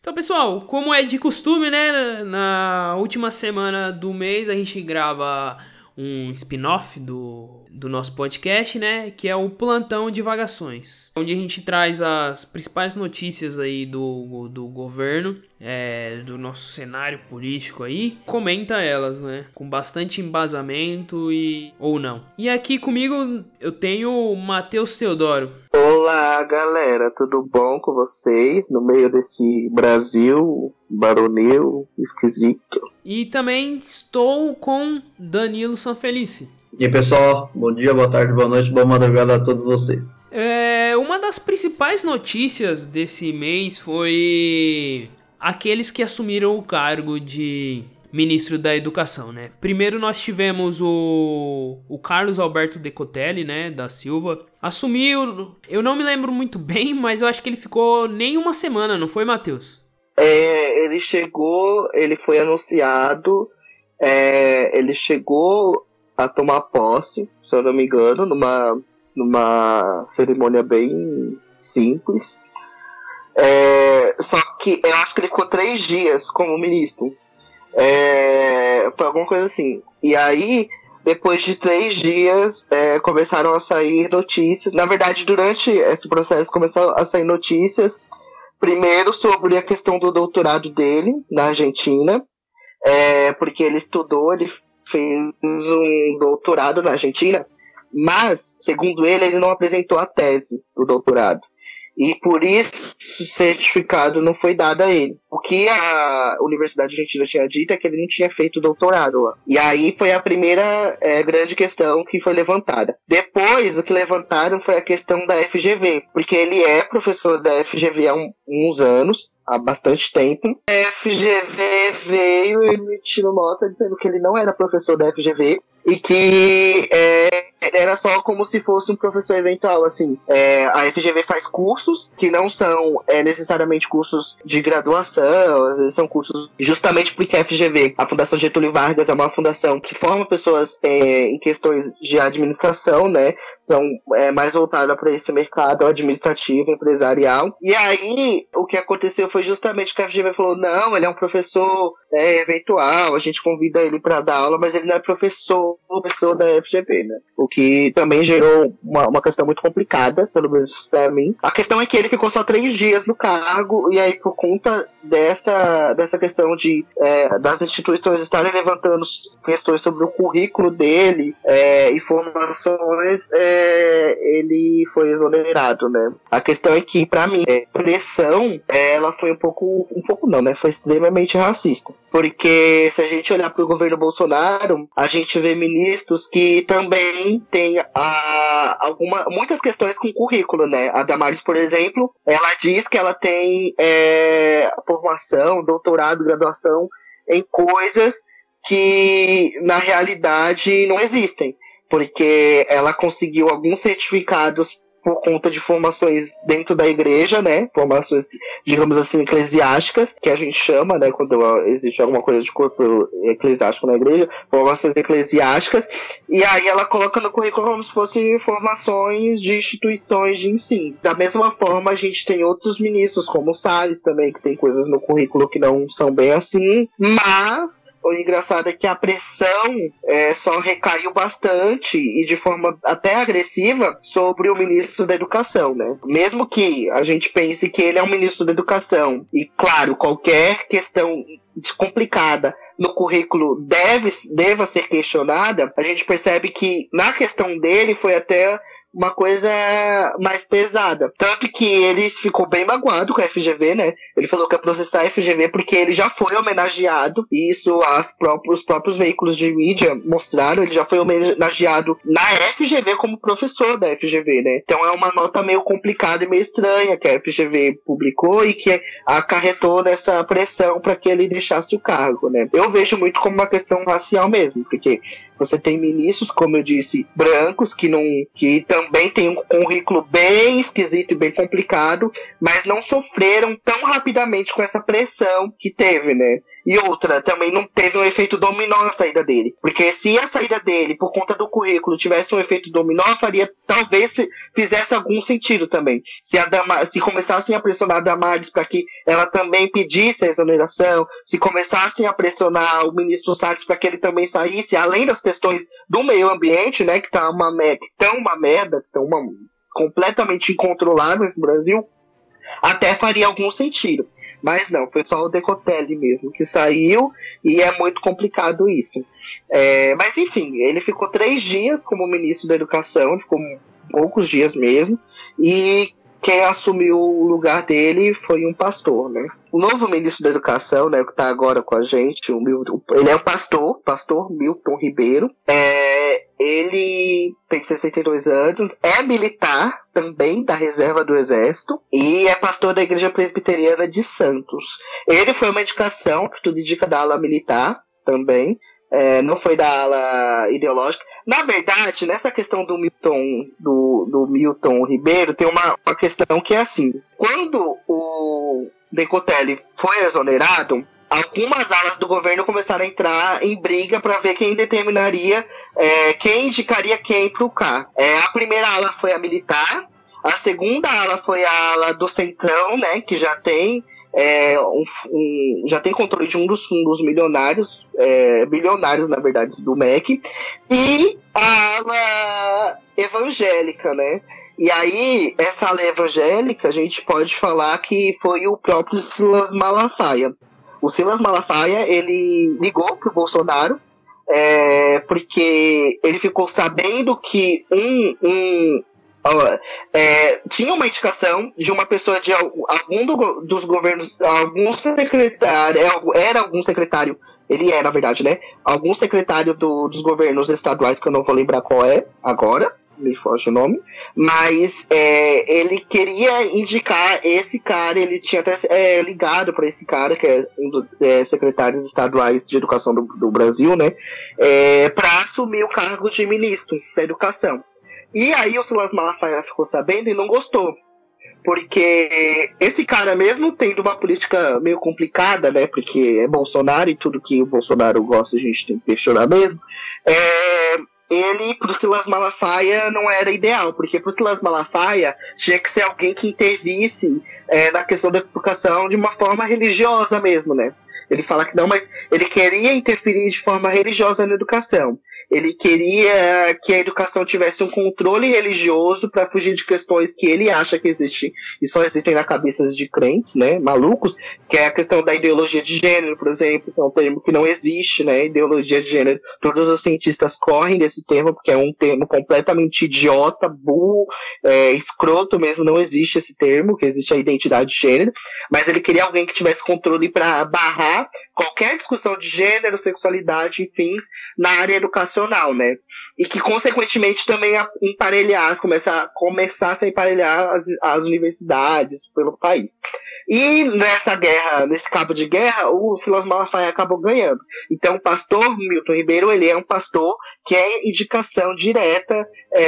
Então, pessoal, como é de costume, né, na última semana do mês a gente grava um spin-off do nosso podcast, né, que é o Plantão Divagações, onde a gente traz as principais notícias aí do governo, do nosso cenário político aí, comenta elas, né, com bastante embasamento ou não. E aqui comigo eu tenho o Matheus Teodoro. Olá, galera, tudo bom com vocês? No meio desse Brasil baronil esquisito. E também estou com Danilo Sanfelice. E aí, pessoal, bom dia, boa tarde, boa noite, boa madrugada a todos vocês. Uma das principais notícias desse mês foi aqueles que assumiram o cargo de ministro da Educação, né? Primeiro nós tivemos o Carlos Alberto Decotelli, né, da Silva. Assumiu, eu não me lembro muito bem, mas eu acho que ele ficou nem uma semana, não foi, Matheus? Ele chegou, ele foi anunciado, ele chegou a tomar posse, se eu não me engano, numa cerimônia bem simples. Só que eu acho que ele ficou 3 dias como ministro. Foi alguma coisa assim. E aí, depois de 3 dias, começaram a sair notícias. Na verdade, durante esse processo começaram a sair notícias. Primeiro sobre a questão do doutorado dele na Argentina. Porque ele estudou, ele fez um doutorado na Argentina. Mas, segundo ele não apresentou a tese do doutorado. E por isso o certificado não foi dado a ele. O que a Universidade Argentina tinha dito é que ele não tinha feito doutorado lá. E aí foi a primeira grande questão que foi levantada. Depois, o que levantaram foi a questão da FGV. Porque ele é professor da FGV há uns anos, há bastante tempo. A FGV veio emitindo nota dizendo que ele não era professor da FGV e que era só como se fosse um professor eventual, assim. A FGV faz cursos que não são necessariamente cursos de graduação, às vezes são cursos justamente porque a FGV, a Fundação Getúlio Vargas, é uma fundação que forma pessoas em questões de administração, né? São mais voltadas para esse mercado administrativo, empresarial. E aí, o que aconteceu foi justamente que a FGV falou, não, ele é um professor eventual, a gente convida ele para dar aula, mas ele não é professor da FGV, né? O que também gerou uma questão muito complicada, pelo menos pra mim. A questão é que ele ficou só 3 dias no cargo, e aí por conta dessa questão de das instituições estarem levantando questões sobre o currículo dele, informações, ele foi exonerado, né? A questão é que, pra mim, a pressão, ela foi um pouco não, né? Foi extremamente racista. Porque se a gente olhar pro governo Bolsonaro, a gente vê ministros que também têm muitas questões com currículo, né? A Damares, por exemplo, ela diz que ela tem formação, doutorado, graduação em coisas que na realidade não existem, porque ela conseguiu alguns certificados por conta de formações dentro da igreja, né? Formações, digamos assim, eclesiásticas, que a gente chama, né? Quando existe alguma coisa de corpo eclesiástico na igreja, formações eclesiásticas, e aí ela coloca no currículo como se fossem formações de instituições de ensino. Da mesma forma, a gente tem outros ministros, como o Salles também, que tem coisas no currículo que não são bem assim, mas o engraçado é que a pressão só recaiu bastante, e de forma até agressiva, sobre o ministro da Educação, né? Mesmo que a gente pense que ele é um ministro da Educação, e claro, qualquer questão complicada no currículo deva ser questionada, a gente percebe que na questão dele foi até uma coisa mais pesada. Tanto que ele ficou bem magoado com a FGV, né? Ele falou que ia processar a FGV porque ele já foi homenageado, e isso os próprios veículos de mídia mostraram, ele já foi homenageado na FGV como professor da FGV, né? Então é uma nota meio complicada e meio estranha que a FGV publicou e que acarretou nessa pressão para que ele deixasse o cargo, né? Eu vejo muito como uma questão racial mesmo, porque você tem ministros, como eu disse, brancos, que estão também têm um currículo bem esquisito e bem complicado, mas não sofreram tão rapidamente com essa pressão que teve, né? E outra, também não teve um efeito dominó na saída dele, porque se a saída dele, por conta do currículo, tivesse um efeito dominó, talvez fizesse algum sentido também. Se começassem a pressionar a Damares para que ela também pedisse a exoneração, se começassem a pressionar o ministro Salles para que ele também saísse, além das questões do meio ambiente, né, que estão uma merda, que estão completamente incontroláveis no Brasil, até faria algum sentido. Mas não, foi só o Decotelli mesmo que saiu, e é muito complicado isso. Mas enfim, ele ficou 3 dias como ministro da Educação, ficou poucos dias mesmo, e quem assumiu o lugar dele foi um pastor, né? O novo ministro da Educação, né, que está agora com a gente, ele é um pastor Milton Ribeiro. Ele tem 62 anos, é militar também da reserva do Exército e é pastor da Igreja Presbiteriana de Santos. Ele foi uma indicação, que tudo indica, da ala militar também. Não foi da ala ideológica. Na verdade, nessa questão do Milton Ribeiro, tem uma questão que é assim. Quando o Decotelli foi exonerado, algumas alas do governo começaram a entrar em briga para ver quem determinaria, quem indicaria quem para o cargo. A primeira ala foi a militar, a segunda ala foi a ala do Centrão, né, que já tem já tem controle de um dos fundos milionários, bilionários na verdade, do MEC, e a ala evangélica, né? E aí, essa ala evangélica, a gente pode falar que foi o próprio Silas Malafaia. O Silas Malafaia, ele ligou pro Bolsonaro, porque ele ficou sabendo que tinha uma indicação de uma pessoa de algum dos governos, algum secretário, ele na verdade, né? Algum secretário dos governos estaduais, que eu não vou lembrar qual é agora, me foge o nome, mas ele queria indicar esse cara, ele tinha até ligado para esse cara, que é um dos secretários estaduais de educação do Brasil, né? Para assumir o cargo de ministro da educação. E aí o Silas Malafaia ficou sabendo e não gostou. Porque esse cara, mesmo tendo uma política meio complicada, né? Porque é Bolsonaro e tudo que o Bolsonaro gosta a gente tem que questionar mesmo. Ele, pro Silas Malafaia, não era ideal. Porque pro Silas Malafaia tinha que ser alguém que intervisse na questão da educação de uma forma religiosa mesmo, né? Ele fala que não, mas ele queria interferir de forma religiosa na educação. Ele queria que a educação tivesse um controle religioso para fugir de questões que ele acha que existem e só existem na cabeça de crentes, né, malucos, que é a questão da ideologia de gênero, por exemplo, que é um termo que não existe, né, ideologia de gênero. Todos os cientistas correm desse termo porque é um termo completamente idiota, burro, escroto mesmo, não existe esse termo, que existe a identidade de gênero, mas ele queria alguém que tivesse controle para barrar qualquer discussão de gênero, sexualidade, enfim, na área educacional, né? E que, consequentemente, também começasse a emparelhar as universidades pelo país. E nessa guerra, nesse cabo de guerra, o Silas Malafaia acabou ganhando. Então, o pastor Milton Ribeiro, ele é um pastor que é indicação direta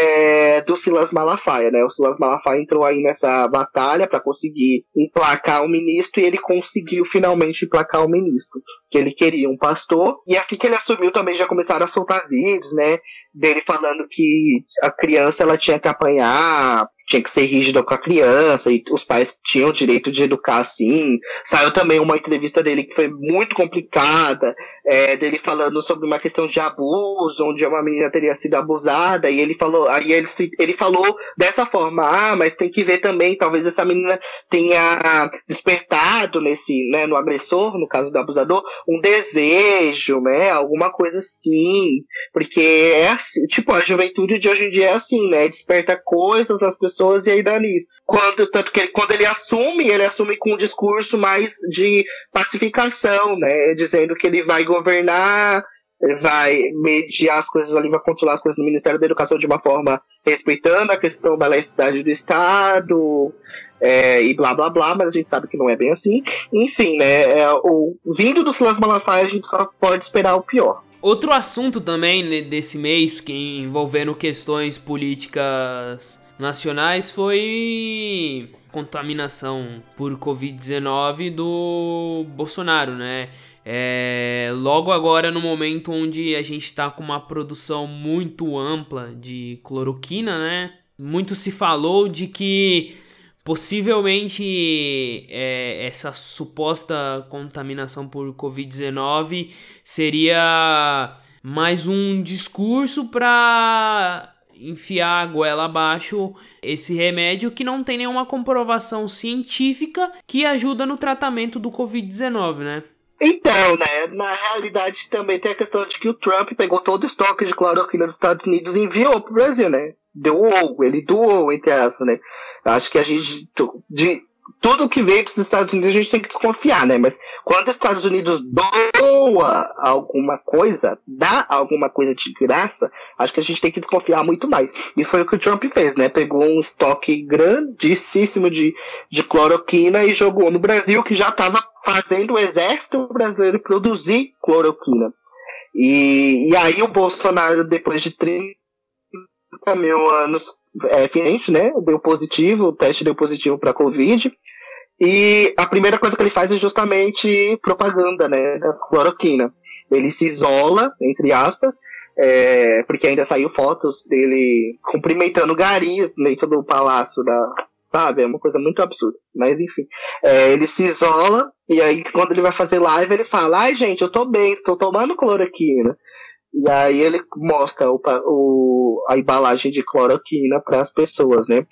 do Silas Malafaia, né? O Silas Malafaia entrou aí nessa batalha para conseguir emplacar o ministro e ele conseguiu finalmente emplacar o ministro, que ele queria um pastor. E assim que ele assumiu, também já começaram a soltar vídeos, né, dele falando que a criança ela tinha que apanhar, tinha que ser rígido com a criança e os pais tinham o direito de educar assim. Saiu também uma entrevista dele que foi muito complicada, dele falando sobre uma questão de abuso, onde uma menina teria sido abusada, e ele falou, ele falou dessa forma, mas tem que ver também, talvez essa menina tenha despertado no agressor, no caso do abusador, um desejo, né, alguma coisa assim, porque é assim, tipo, a juventude de hoje em dia é assim, né, desperta coisas nas pessoas e aí dá nisso. Tanto que quando ele assume com um discurso mais de pacificação, né, dizendo que ele vai governar, ele vai mediar as coisas ali, vai controlar as coisas no Ministério da Educação de uma forma respeitando a questão da laicidade do Estado, e blá blá blá, mas a gente sabe que não é bem assim. Enfim, né, vindo do Silas Malafaia, a gente só pode esperar o pior. Outro assunto também, né, desse mês, que envolvendo questões políticas nacionais, foi contaminação por Covid-19 do Bolsonaro, né? Logo agora, no momento onde a gente está com uma produção muito ampla de cloroquina, né? Muito se falou de que possivelmente essa suposta contaminação por Covid-19 seria mais um discurso para enfiar a goela abaixo esse remédio que não tem nenhuma comprovação científica que ajuda no tratamento do Covid-19, né? Então, né, na realidade também tem a questão de que o Trump pegou todo o estoque de cloroquina dos Estados Unidos e enviou pro Brasil, né? Ele doou, entre aspas, né? Acho que a gente, de tudo que veio dos Estados Unidos a gente tem que desconfiar, né? Mas quando os Estados Unidos doa alguma coisa, dá alguma coisa de graça, acho que a gente tem que desconfiar muito mais. E foi o que o Trump fez, né? Pegou um estoque grandíssimo de cloroquina e jogou no Brasil, que já estava fazendo o exército brasileiro produzir cloroquina. E aí o Bolsonaro, depois de 30 mil anos finalmente, né, deu positivo, o teste deu positivo para Covid, e a primeira coisa que ele faz é justamente propaganda, né, da cloroquina. Ele se isola, entre aspas, porque ainda saiu fotos dele cumprimentando garis dentro do palácio sabe, é uma coisa muito absurda, mas enfim, ele se isola, e aí quando ele vai fazer live ele fala, ai gente, eu tô bem, estou tomando cloroquina. E aí ele mostra a embalagem de cloroquina para as pessoas, né?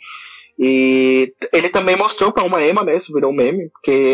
E ele também mostrou para uma Ema, né? Isso virou um meme, porque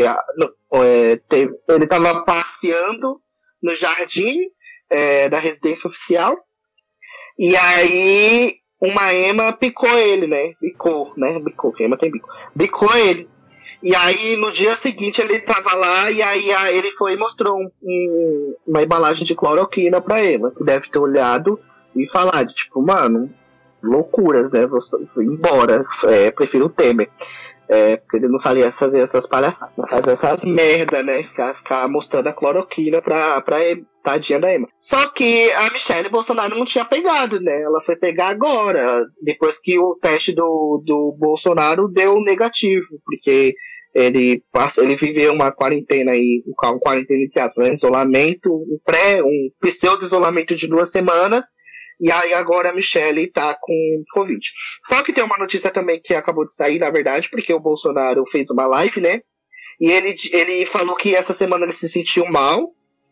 ele estava passeando no jardim da residência oficial, e aí uma Ema picou ele, né? Bicou, que Ema tem bico. Bicou ele. E aí, no dia seguinte, ele tava lá e aí ele foi e mostrou uma embalagem de cloroquina pra Ema, que deve ter olhado e falado, tipo, mano, loucuras, né? Você, embora, prefiro o Temer. Porque ele não fazer essas palhaçadas, não fazer essas merda, né? Ficar mostrando a cloroquina pra tadinha da Ema. Só que a Michelle Bolsonaro não tinha pegado, né? Ela foi pegar agora, depois que o teste do Bolsonaro deu negativo, porque ele viveu uma quarentena aí, um quarentena entre aspas, isolamento, um pseudo-isolamento de 2 semanas, e aí agora a Michelle tá com Covid. Só que tem uma notícia também que acabou de sair, na verdade, porque o Bolsonaro fez uma live, né? E ele falou que essa semana ele se sentiu mal.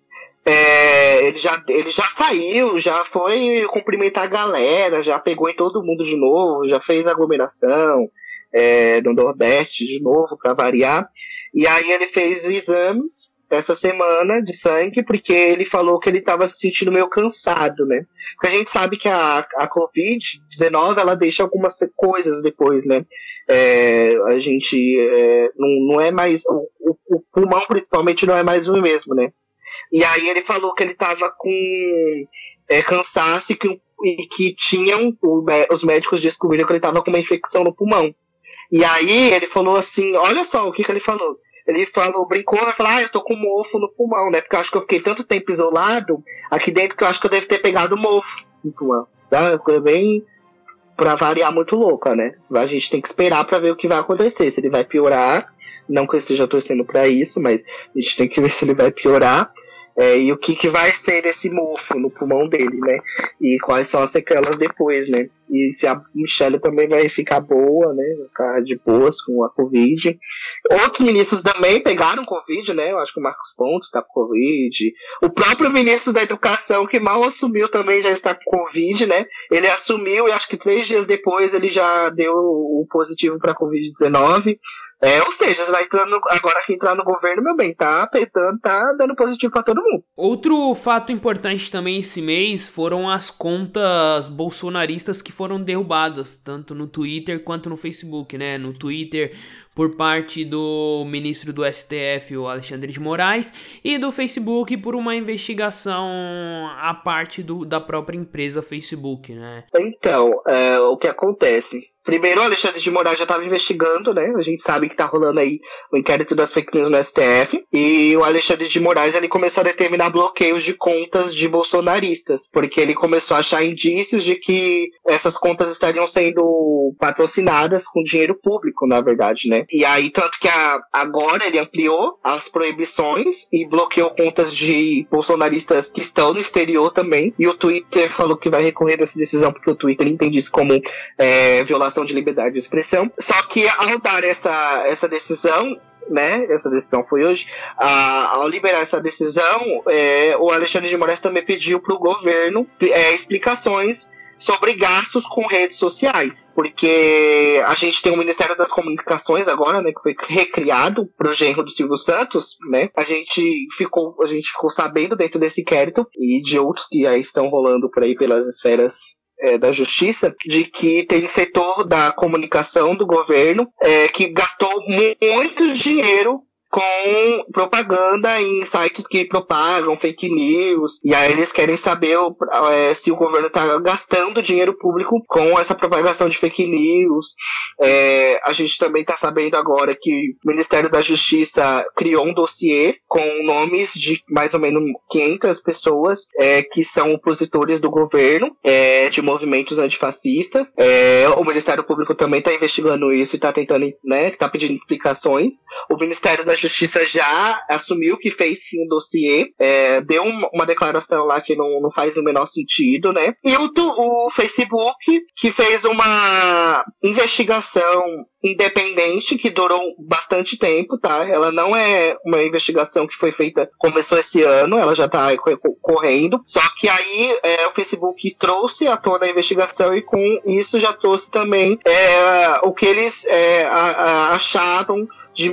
Ele já saiu, já foi cumprimentar a galera, já pegou em todo mundo de novo, já fez aglomeração no Nordeste de novo, pra variar. E aí ele fez exames essa semana de sangue, porque ele falou que ele estava se sentindo meio cansado, né? Porque a gente sabe que a Covid-19, ela deixa algumas coisas depois, né? A gente não é mais... O pulmão, principalmente, não é mais o mesmo, né? E aí ele falou que ele estava com cansaço e que os médicos descobriram que ele estava com uma infecção no pulmão. E aí ele falou assim, olha só o que ele falou. Ele brincou, eu tô com mofo no pulmão, né? Porque eu acho que eu fiquei tanto tempo isolado aqui dentro que eu acho que eu devo ter pegado mofo no pulmão. Tá? Coisa bem, pra variar, muito louca, né? A gente tem que esperar pra ver o que vai acontecer. Se ele vai piorar, não que eu esteja torcendo pra isso, mas a gente tem que ver se ele vai piorar. E o que vai ser desse mofo no pulmão dele, né? E quais são as sequelas depois, né? E se a Michelle também vai ficar boa, né? Vai ficar de boas com a Covid. Outros ministros também pegaram Covid, né? Eu acho que o Marcos Pontes está com Covid. O próprio ministro da Educação, que mal assumiu, também já está com Covid, né? Ele assumiu e acho que 3 dias depois ele já deu o positivo para Covid-19. Ou seja, vai agora que entrar no governo, meu bem, tá apertando, tá dando positivo pra todo mundo. Outro fato importante também esse mês foram as contas bolsonaristas que foram derrubadas, tanto no Twitter quanto no Facebook, né? No Twitter, por parte do ministro do STF, o Alexandre de Moraes, e do Facebook por uma investigação à parte da própria empresa Facebook, né? Então, o que acontece? Primeiro, o Alexandre de Moraes já estava investigando, né? A gente sabe que tá rolando aí o inquérito das fake news no STF. E o Alexandre de Moraes, ele começou a determinar bloqueios de contas de bolsonaristas. Porque ele começou a achar indícios de que essas contas estariam sendo patrocinadas com dinheiro público, na verdade, né? E aí, tanto que agora ele ampliou as proibições e bloqueou contas de bolsonaristas que estão no exterior também. E o Twitter falou que vai recorrer dessa decisão, porque o Twitter entende isso como violação de liberdade de expressão. Só que ao dar essa decisão, né, essa decisão foi hoje, ao liberar essa decisão, o Alexandre de Moraes também pediu para o governo explicações sobre gastos com redes sociais, porque a gente tem o Ministério das Comunicações agora, né, que foi recriado pro genro do Silvio Santos, né, a gente ficou sabendo dentro desse inquérito e de outros que aí estão rolando por aí pelas esferas da justiça, de que tem setor da comunicação do governo que gastou muito dinheiro com propaganda em sites que propagam fake news, e aí eles querem saber se o governo está gastando dinheiro público com essa propagação de fake news. A gente também está sabendo agora que o Ministério da Justiça criou um dossiê com nomes de mais ou menos 500 pessoas que são opositores do governo, de movimentos antifascistas. O Ministério Público também está investigando isso e está tentando, né, está pedindo explicações. O Ministério da Justiça já assumiu que fez sim um dossiê, deu uma declaração lá que não faz o menor sentido, né? E o Facebook, que fez uma investigação independente que durou bastante tempo, tá? Ela não é uma investigação que foi feita, começou esse ano, ela já tá correndo, só que aí o Facebook trouxe à tona a investigação e com isso já trouxe também o que eles achavam de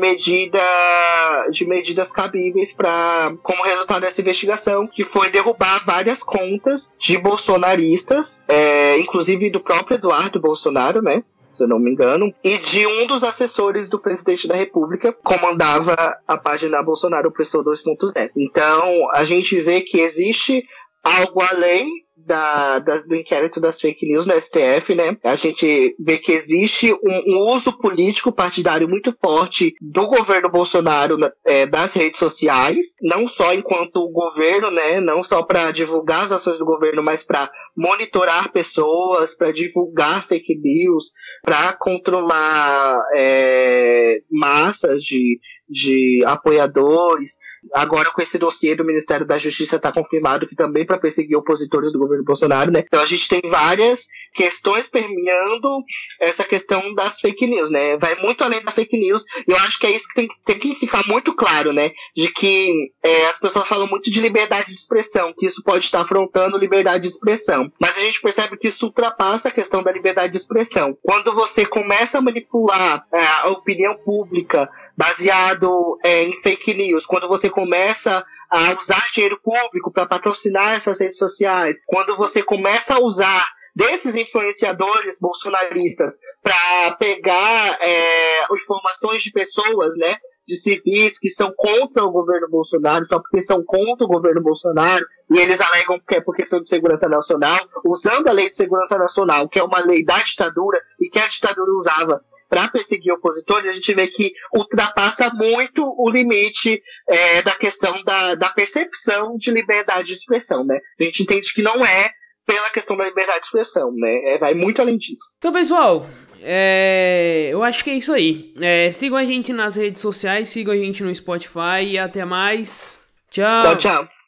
medidas cabíveis como resultado dessa investigação, que foi derrubar várias contas de bolsonaristas, inclusive do próprio Eduardo Bolsonaro, né? Se eu não me engano, e de um dos assessores do presidente da República, comandava a página Bolsonaro Opressor 2.0. Então, a gente vê que existe algo além do inquérito das fake news no STF, né? A gente vê que existe um uso político partidário muito forte do governo Bolsonaro das redes sociais, não só enquanto governo, né? Não só para divulgar as ações do governo, mas para monitorar pessoas, para divulgar fake news, para controlar massas de apoiadores. Agora, com esse dossiê do Ministério da Justiça, está confirmado que também para perseguir opositores do governo Bolsonaro, né? Então a gente tem várias questões permeando essa questão das fake news, né? Vai muito além da fake news, e eu acho que é isso que tem que ficar muito claro, né? De que as pessoas falam muito de liberdade de expressão, que isso pode estar afrontando liberdade de expressão. Mas a gente percebe que isso ultrapassa a questão da liberdade de expressão. Quando você começa a manipular a opinião pública baseado em fake news, quando você começa a usar dinheiro público para patrocinar essas redes sociais, quando você começa a usar desses influenciadores bolsonaristas para pegar informações de pessoas, né, de civis que são contra o governo Bolsonaro, só porque são contra o governo Bolsonaro, e eles alegam que é por questão de segurança nacional, usando a lei de segurança nacional, que é uma lei da ditadura e que a ditadura usava para perseguir opositores, a gente vê que ultrapassa muito o limite da questão da percepção de liberdade de expressão, né? A gente entende que não é pela questão da liberdade de expressão, né? Vai muito além disso. Então, pessoal, eu acho que é isso aí. Sigam a gente nas redes sociais, sigam a gente no Spotify e até mais. Tchau. Tchau.